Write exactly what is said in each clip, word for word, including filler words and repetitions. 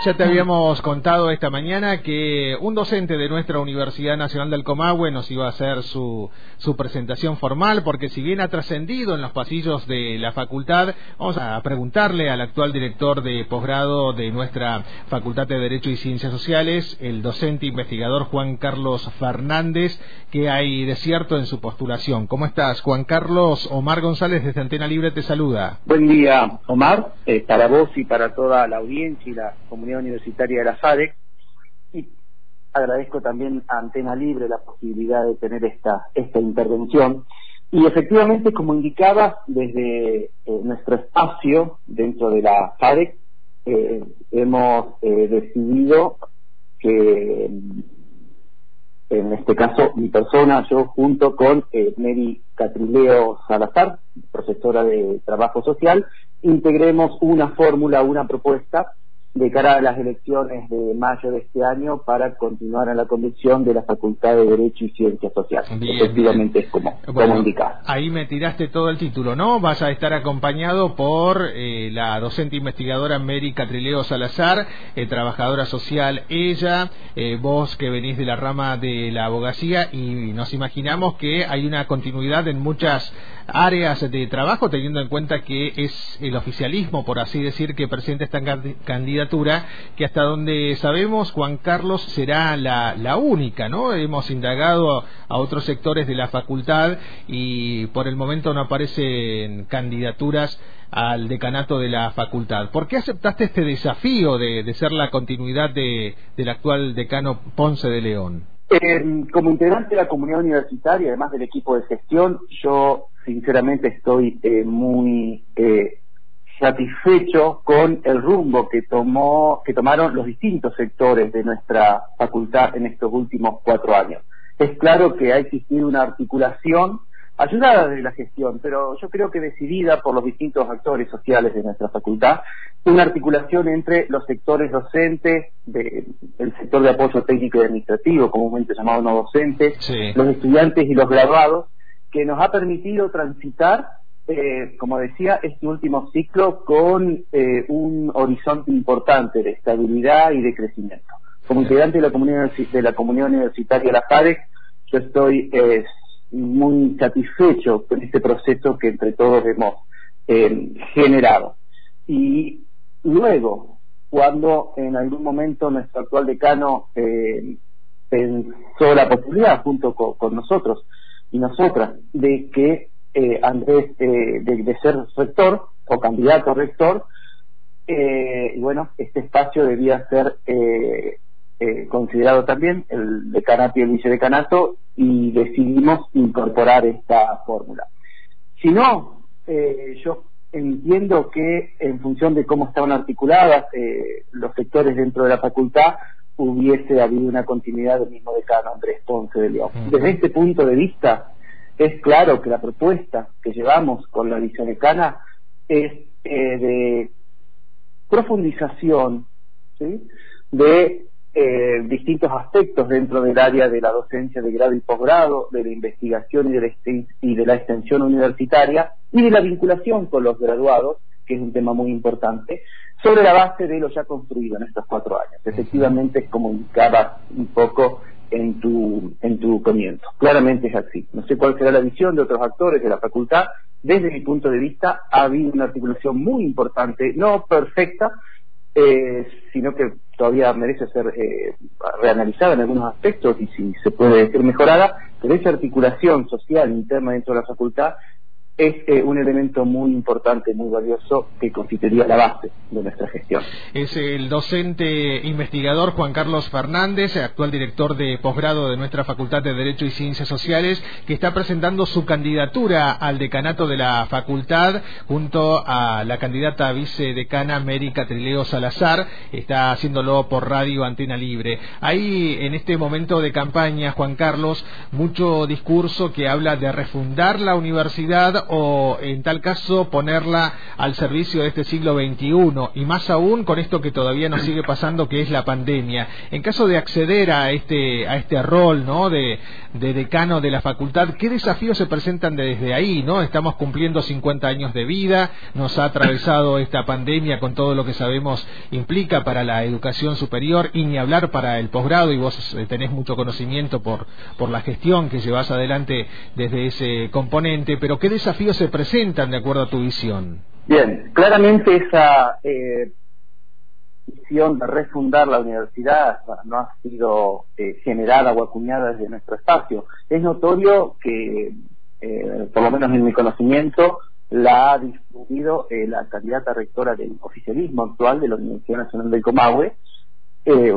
Ya te habíamos contado esta mañana que un docente de nuestra Universidad Nacional del Comahue nos iba a hacer su, su presentación formal, porque si bien ha trascendido en los pasillos de la facultad, vamos a preguntarle al actual director de posgrado de nuestra Facultad de Derecho y Ciencias Sociales, el docente investigador Juan Carlos Fernández, que hay de cierto en su postulación. ¿Cómo estás, Juan Carlos? Omar González desde Antena Libre te saluda. Buen día, Omar, eh, para vos y para toda la audiencia y la comunidad universitaria de la FADEC, y agradezco también a Antena Libre la posibilidad de tener esta, esta intervención. Y efectivamente, como indicaba, desde eh, nuestro espacio dentro de la FADEC, eh, hemos eh, decidido que, en este caso, mi persona, yo junto con eh, Mary Catrileo Salazar, profesora de Trabajo Social, integremos una fórmula, una propuesta de cara a las elecciones de mayo de este año para continuar en la conducción de la Facultad de Derecho y Ciencias Sociales. Bien, efectivamente bien. Es como, bueno, como indicar. Ahí me tiraste todo el título, ¿no? Vas a estar acompañado por eh, la docente investigadora Mary Catrileo Salazar, eh, trabajadora social ella, eh, vos que venís de la rama de la abogacía, y nos imaginamos que hay una continuidad en muchas áreas de trabajo, teniendo en cuenta que es el oficialismo, por así decir, que presenta esta candidatura, que hasta donde sabemos, Juan Carlos, será la, la única, ¿no? Hemos indagado a otros sectores de la facultad y por el momento no aparecen candidaturas al decanato de la facultad. ¿Por qué aceptaste este desafío de, de ser la continuidad de, del actual decano Ponce de León? Eh, como integrante de la comunidad universitaria, además del equipo de gestión, yo sinceramente estoy eh, muy eh, satisfecho con el rumbo que tomó, que tomaron los distintos sectores de nuestra facultad en estos últimos cuatro años. Es claro que ha existido una articulación ayudada de la gestión, pero yo creo que decidida por los distintos actores sociales de nuestra facultad, una articulación entre los sectores docentes, de, el sector de apoyo técnico y administrativo, comúnmente llamado no docente, sí, los estudiantes y los graduados, que nos ha permitido transitar, eh, como decía, este último ciclo con eh, un horizonte importante de estabilidad y de crecimiento. Como integrante de la comunidad, de la comunidad universitaria de la FADEC, yo estoy eh, muy satisfecho con este proceso que entre todos hemos eh, generado. Y luego, cuando en algún momento nuestro actual decano eh, pensó la posibilidad, junto con, con nosotros y nosotras, de que eh, Andrés, eh, de, de ser rector o candidato a rector, eh, y bueno, este espacio debía ser eh, eh, considerado también el decanato y el vicedecanato, y decidimos incorporar esta fórmula. Si no, eh, yo entiendo que en función de cómo estaban articuladas eh, los sectores dentro de la facultad, hubiese habido una continuidad del mismo decano Andrés Ponce de León. Desde este punto de vista, es claro que la propuesta que llevamos con la vicedecana es eh, de profundización, ¿sí?, de Eh, distintos aspectos dentro del área de la docencia de grado y posgrado, de la investigación y de la, y de la extensión universitaria y de la vinculación con los graduados, que es un tema muy importante, sobre la base de lo ya construido en estos cuatro años. Efectivamente, es como indicaba un poco en tu, en tu comienzo. Claramente es así. No sé cuál será la visión de otros actores de la facultad. Desde mi punto de vista, ha habido una articulación muy importante, no perfecta, Eh, sino que todavía merece ser eh, reanalizada en algunos aspectos y si se puede decir mejorada, pero esa articulación social interna dentro de la facultad es eh, un elemento muy importante, muy valioso, que constituiría la base de nuestra gestión. Es el docente investigador Juan Carlos Fernández, actual director de posgrado de nuestra Facultad de Derecho y Ciencias Sociales, que está presentando su candidatura al decanato de la facultad junto a la candidata vicedecana Mary Catrileo Salazar. Está haciéndolo por Radio Antena Libre. Hay en este momento de campaña, Juan Carlos, mucho discurso que habla de refundar la universidad o en tal caso ponerla al servicio de este siglo veintiuno, y más aún con esto que todavía nos sigue pasando, que es la pandemia. En caso de acceder a este a este rol, ¿no?, de, de decano de la facultad, ¿qué desafíos se presentan desde ahí, ¿no? Estamos cumpliendo cincuenta años de vida, nos ha atravesado esta pandemia con todo lo que sabemos implica para la educación superior, y ni hablar para el posgrado, y vos eh, tenés mucho conocimiento por, por la gestión que llevas adelante desde ese componente, pero ¿qué desafíos se presentan de acuerdo a tu visión? Bien, claramente esa eh, visión de refundar la universidad no ha sido eh, generada o acuñada desde nuestro espacio. Es notorio que, eh, por lo menos en mi conocimiento, la ha difundido eh, la candidata rectora del oficialismo actual de la Universidad Nacional del Comahue, eh,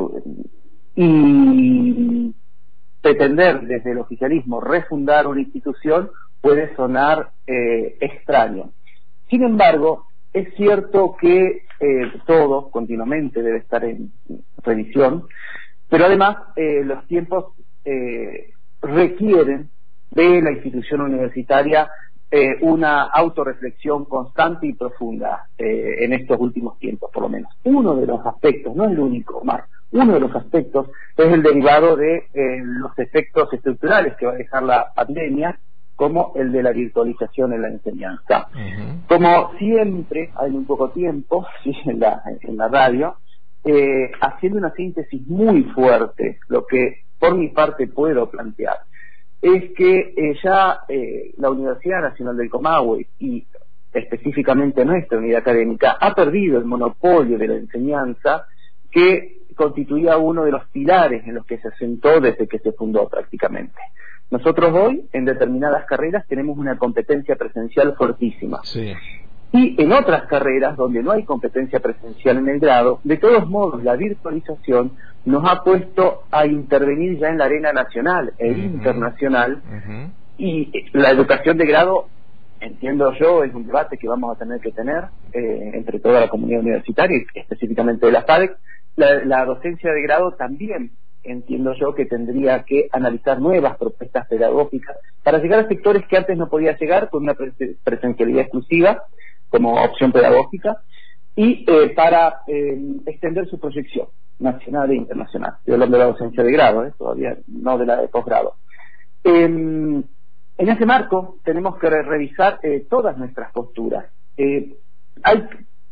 y pretender desde el oficialismo refundar una institución puede sonar eh, extraño. Sin embargo, es cierto que eh, todo continuamente debe estar en revisión, pero además eh, los tiempos eh, requieren de la institución universitaria eh, una autorreflexión constante y profunda eh, en estos últimos tiempos, por lo menos. Uno de los aspectos, no es el único, Omar, uno de los aspectos es el derivado de eh, los efectos estructurales que va a dejar la pandemia, como el de la virtualización en la enseñanza. Uh-huh. Como siempre, hay muy poco tiempo, ¿sí?, en, la, en la radio, eh, haciendo una síntesis muy fuerte, lo que por mi parte puedo plantear, es que eh, ya eh, la Universidad Nacional del Comahue, y específicamente nuestra unidad académica, ha perdido el monopolio de la enseñanza que constituía uno de los pilares en los que se asentó desde que se fundó prácticamente. Nosotros hoy, en determinadas carreras, tenemos una competencia presencial fortísima. Sí. Y en otras carreras, donde no hay competencia presencial en el grado, de todos modos, la virtualización nos ha puesto a intervenir ya en la arena nacional e uh-huh. internacional, uh-huh. y la educación de grado, entiendo yo, es un debate que vamos a tener que tener eh, entre toda la comunidad universitaria, y específicamente de la FADEC. La, la docencia de grado también entiendo yo que tendría que analizar nuevas propuestas pedagógicas para llegar a sectores que antes no podía llegar con una presencialidad exclusiva como opción pedagógica, y eh, para eh, extender su proyección nacional e internacional. Estoy hablando de la docencia de grado, ¿eh? todavía no de la de posgrado. Eh, en ese marco tenemos que revisar eh, todas nuestras posturas. Eh, hay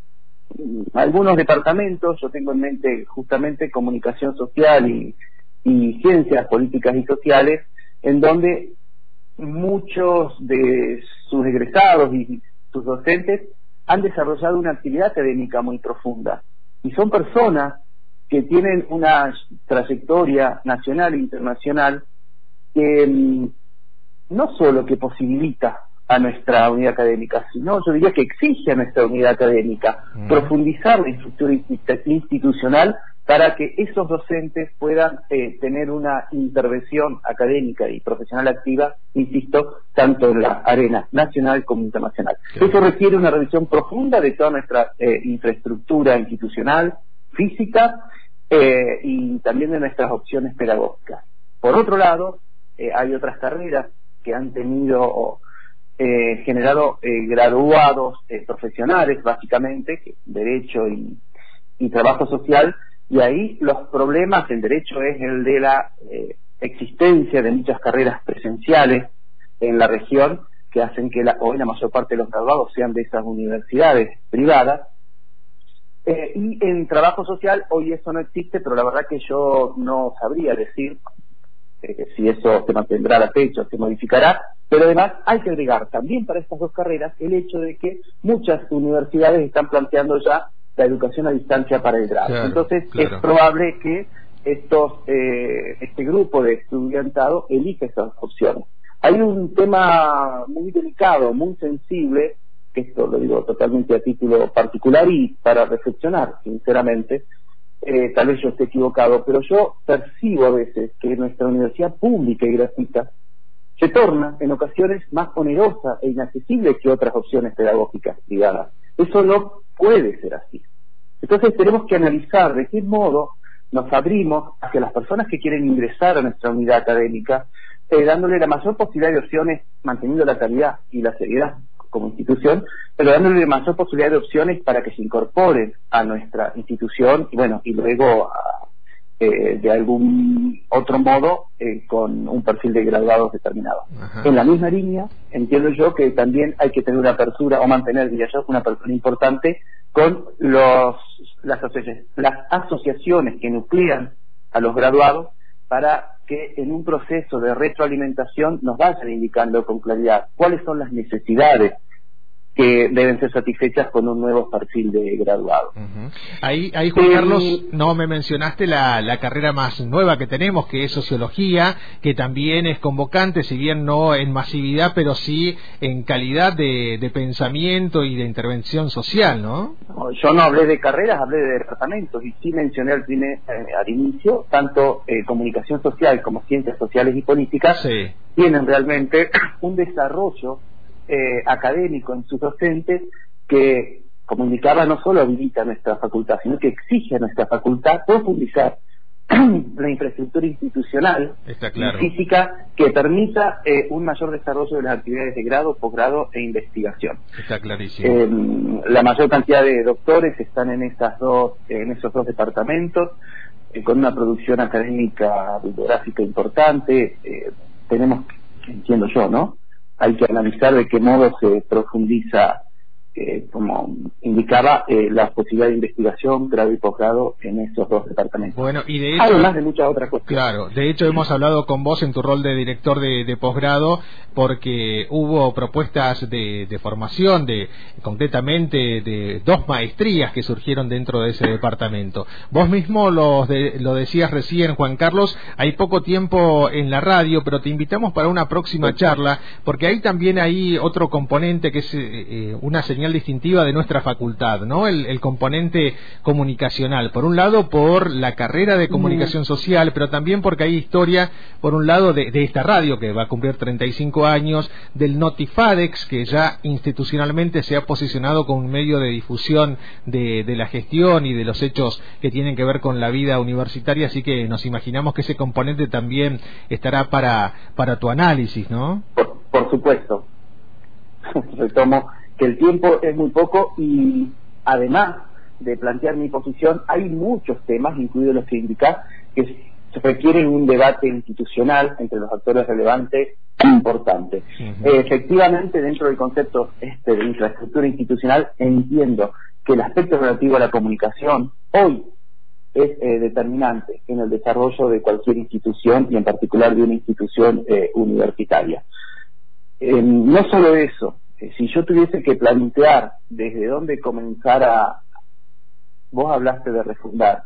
algunos departamentos, yo tengo en mente justamente comunicación social y, y ciencias políticas y sociales, en donde muchos de sus egresados y sus docentes han desarrollado una actividad académica muy profunda, y son personas que tienen una trayectoria nacional e internacional que mmm, no solo que posibilita a nuestra unidad académica, sino yo diría que exige a nuestra unidad académica mm. profundizar la estructura institucional para que esos docentes puedan eh, tener una intervención académica y profesional activa, insisto, tanto en la arena nacional como internacional. Sí. Eso requiere una revisión profunda de toda nuestra eh, infraestructura institucional, física, eh, y también de nuestras opciones pedagógicas. Por otro lado, eh, hay otras carreras que han tenido eh, generado eh, graduados eh, profesionales, básicamente, derecho y, y trabajo social, y ahí los problemas, el derecho es el de la eh, existencia de muchas carreras presenciales en la región que hacen que la, hoy la mayor parte de los graduados sean de esas universidades privadas. Eh, y en trabajo social hoy eso no existe, pero la verdad que yo no sabría decir eh, si eso se mantendrá a la fecha o se modificará, pero además hay que agregar también para estas dos carreras el hecho de que muchas universidades están planteando ya la educación a distancia para el grado. Claro, Entonces claro. es probable que estos eh, este grupo de estudiantado elija esas opciones. Hay un tema muy delicado, muy sensible, que esto lo digo totalmente a título particular y para reflexionar, sinceramente, eh, tal vez yo esté equivocado, pero yo percibo a veces que nuestra universidad pública y gratuita se torna en ocasiones más onerosa e inaccesible que otras opciones pedagógicas privadas. Eso no puede ser así. Entonces tenemos que analizar de qué modo nos abrimos hacia las personas que quieren ingresar a nuestra unidad académica, eh, dándole la mayor posibilidad de opciones, manteniendo la calidad y la seriedad como institución, pero dándole mayor posibilidad de opciones para que se incorporen a nuestra institución y bueno, y luego a, eh, de algún otro modo eh, con un perfil de graduados determinado. Ajá. En la misma línea, entiendo yo que también hay que tener una apertura o mantener, diría yo, una apertura importante con los las, asoci las asociaciones que nuclean a los graduados para que en un proceso de retroalimentación nos vayan indicando con claridad cuáles son las necesidades que deben ser satisfechas con un nuevo perfil de graduado. Uh-huh. Ahí, ahí Juan eh, Carlos, no me mencionaste la, la carrera más nueva que tenemos, que es Sociología, que también es convocante, si bien no en masividad, pero sí en calidad de, de pensamiento y de intervención social, ¿no? No, yo no hablé de carreras, hablé de departamentos, y sí mencioné al, primer, eh, al inicio, tanto eh, comunicación social como ciencias sociales y políticas, sí, tienen realmente un desarrollo Eh, académico en sus docentes que, como indicaba, no solo habilita nuestra facultad, sino que exige a nuestra facultad profundizar la infraestructura institucional Está claro. y física que permita eh, un mayor desarrollo de las actividades de grado, posgrado e investigación. Está clarísimo. Eh, la mayor cantidad de doctores están en esas dos, en esos dos departamentos, eh, con una producción académica bibliográfica importante. Eh, tenemos, entiendo yo, ¿no? Hay que analizar de qué modo se profundiza, eh, como indicaba, eh, la posibilidad de investigación, grado y posgrado en esos dos departamentos. Bueno, y de hecho, además de muchas otras cuestiones. Claro, de hecho hemos hablado con vos en tu rol de director de, de posgrado, porque hubo propuestas de, de formación, de concretamente de dos maestrías que surgieron dentro de ese departamento. Vos mismo lo, de, lo decías recién, Juan Carlos, hay poco tiempo en la radio, pero te invitamos para una próxima charla, porque hay también ahí otro componente que es eh, una señal distintiva de nuestra facultad, ¿no? El, el componente comunicacional. Por un lado, por la carrera de comunicación social, pero también porque hay historia, por un lado, de, de esta radio que va a cumplir treinta y cinco años, del Notifadex, que ya institucionalmente se ha posicionado como un medio de difusión de, de la gestión y de los hechos que tienen que ver con la vida universitaria, así que nos imaginamos que ese componente también estará para, para tu análisis, ¿no? Por, por supuesto. Retomo que el tiempo es muy poco y además de plantear mi posición, hay muchos temas, incluidos los que indicás, que se requieren un debate institucional entre los actores relevantes importante. Uh-huh. eh, efectivamente, dentro del concepto este de infraestructura institucional, entiendo que el aspecto relativo a la comunicación hoy es eh, determinante en el desarrollo de cualquier institución y en particular de una institución eh, universitaria. Eh, no solo eso, eh, si yo tuviese que plantear desde dónde comenzar a... Vos hablaste de refundar.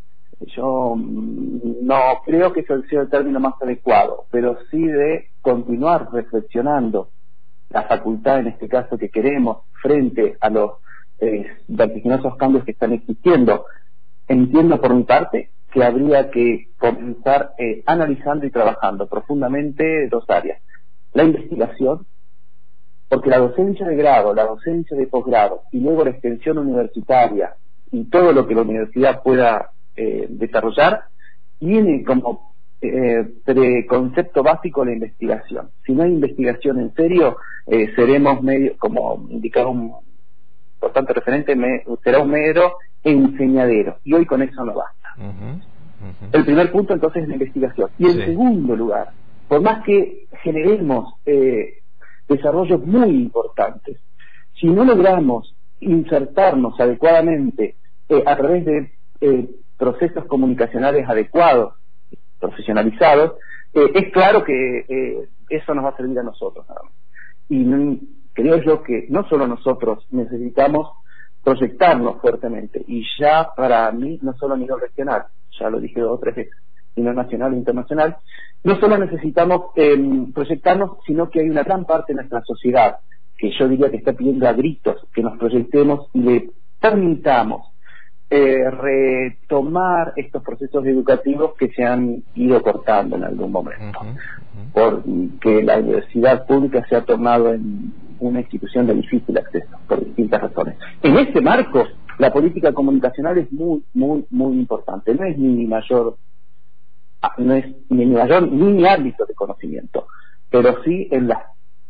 Yo no creo que eso sea el término más adecuado, pero sí de continuar reflexionando la facultad, en este caso, que queremos frente a los eh, vertiginosos cambios que están existiendo. Entiendo por mi parte que habría que comenzar eh, analizando y trabajando profundamente dos áreas. La investigación, porque la docencia de grado, la docencia de posgrado y luego la extensión universitaria y todo lo que la universidad pueda eh, desarrollar, tiene como eh, preconcepto básico la investigación. Si no hay investigación en serio, eh, seremos medio, como indicaba un importante referente, me, será un mero enseñadero, y hoy con eso no basta. Uh-huh, uh-huh. El primer punto entonces es la investigación. Y en sí. segundo lugar, por más que generemos eh, desarrollos muy importantes, si no logramos insertarnos adecuadamente eh, a través de eh, procesos comunicacionales adecuados, profesionalizados, eh, es claro que eh, eso nos va a servir a nosotros nada más. Y no, creo yo que no solo nosotros necesitamos proyectarnos fuertemente, y ya para mí, no solo a nivel regional, ya lo dije dos o tres veces, sino nacional e internacional, no solo necesitamos eh, proyectarnos, sino que hay una gran parte de nuestra sociedad que yo diría que está pidiendo a gritos que nos proyectemos y le permitamos eh, retomar estos procesos educativos que se han ido cortando en algún momento, uh-huh, uh-huh. porque la universidad pública se ha tornado en una institución de difícil acceso por distintas razones. En ese marco, la política comunicacional es muy, muy, muy importante. No es ni mi mayor, no es ni mi mayor ni mi ámbito de conocimiento, pero sí en las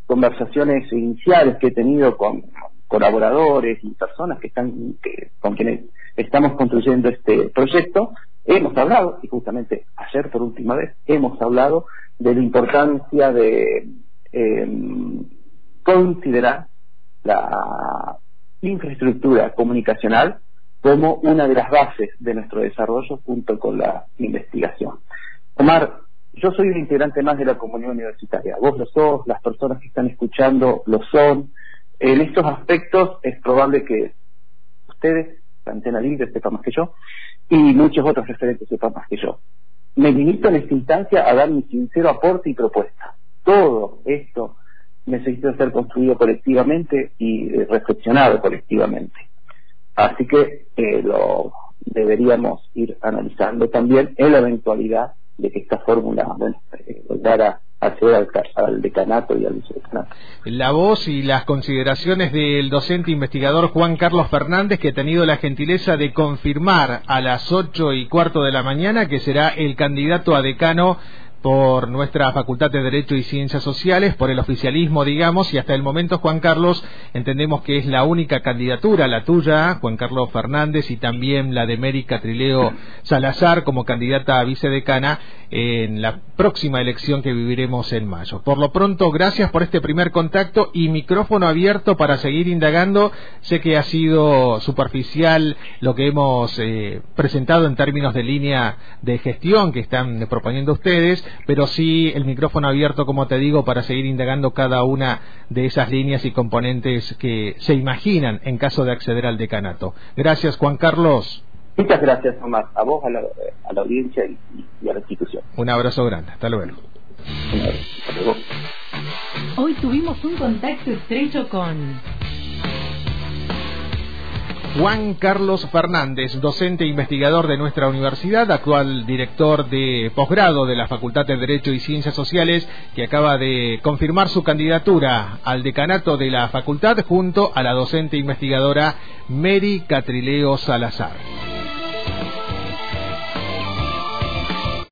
conversaciones iniciales que he tenido con colaboradores y personas que están que, con quienes estamos construyendo este proyecto, hemos hablado, y justamente ayer por última vez, hemos hablado de la importancia de eh, considerar la infraestructura comunicacional como una de las bases de nuestro desarrollo junto con la investigación. Omar, yo soy un integrante más de la comunidad universitaria, vos lo sos, las personas que están escuchando lo son. En estos aspectos es probable que ustedes, la Antena Libre, sepan más que yo, y muchos otros referentes sepan más que yo. Me limito en esta instancia a dar mi sincero aporte y propuesta. Todo esto necesita ser construido colectivamente y eh, reflexionado colectivamente. Así que eh, lo deberíamos ir analizando también en la eventualidad de que esta fórmula, bueno, eh, llegara a acceder al, al decanato y al vicedecanato. La voz y las consideraciones del docente investigador Juan Carlos Fernández, que ha tenido la gentileza de confirmar a las ocho y cuarto de la mañana que será el candidato a decano por nuestra Facultad de Derecho y Ciencias Sociales, por el oficialismo, digamos, y hasta el momento, Juan Carlos, entendemos que es la única candidatura, la tuya, Juan Carlos Fernández, y también la de Mary Catrileo Salazar como candidata a vicedecana en la próxima elección que viviremos en mayo. Por lo pronto, gracias por este primer contacto y micrófono abierto para seguir indagando. Sé que ha sido superficial lo que hemos eh, presentado en términos de línea de gestión que están proponiendo ustedes, pero sí el micrófono abierto, como te digo, para seguir indagando cada una de esas líneas y componentes que se imaginan en caso de acceder al decanato. Gracias, Juan Carlos. Muchas gracias, Omar, a vos, a la, a la audiencia y, y a la institución. Un abrazo grande, hasta luego. Un abrazo, hasta luego. Hoy tuvimos un contacto estrecho con Juan Carlos Fernández, docente e investigador de nuestra universidad, actual director de posgrado de la Facultad de Derecho y Ciencias Sociales, que acaba de confirmar su candidatura al decanato de la facultad junto a la docente investigadora Mary Catrileo Salazar.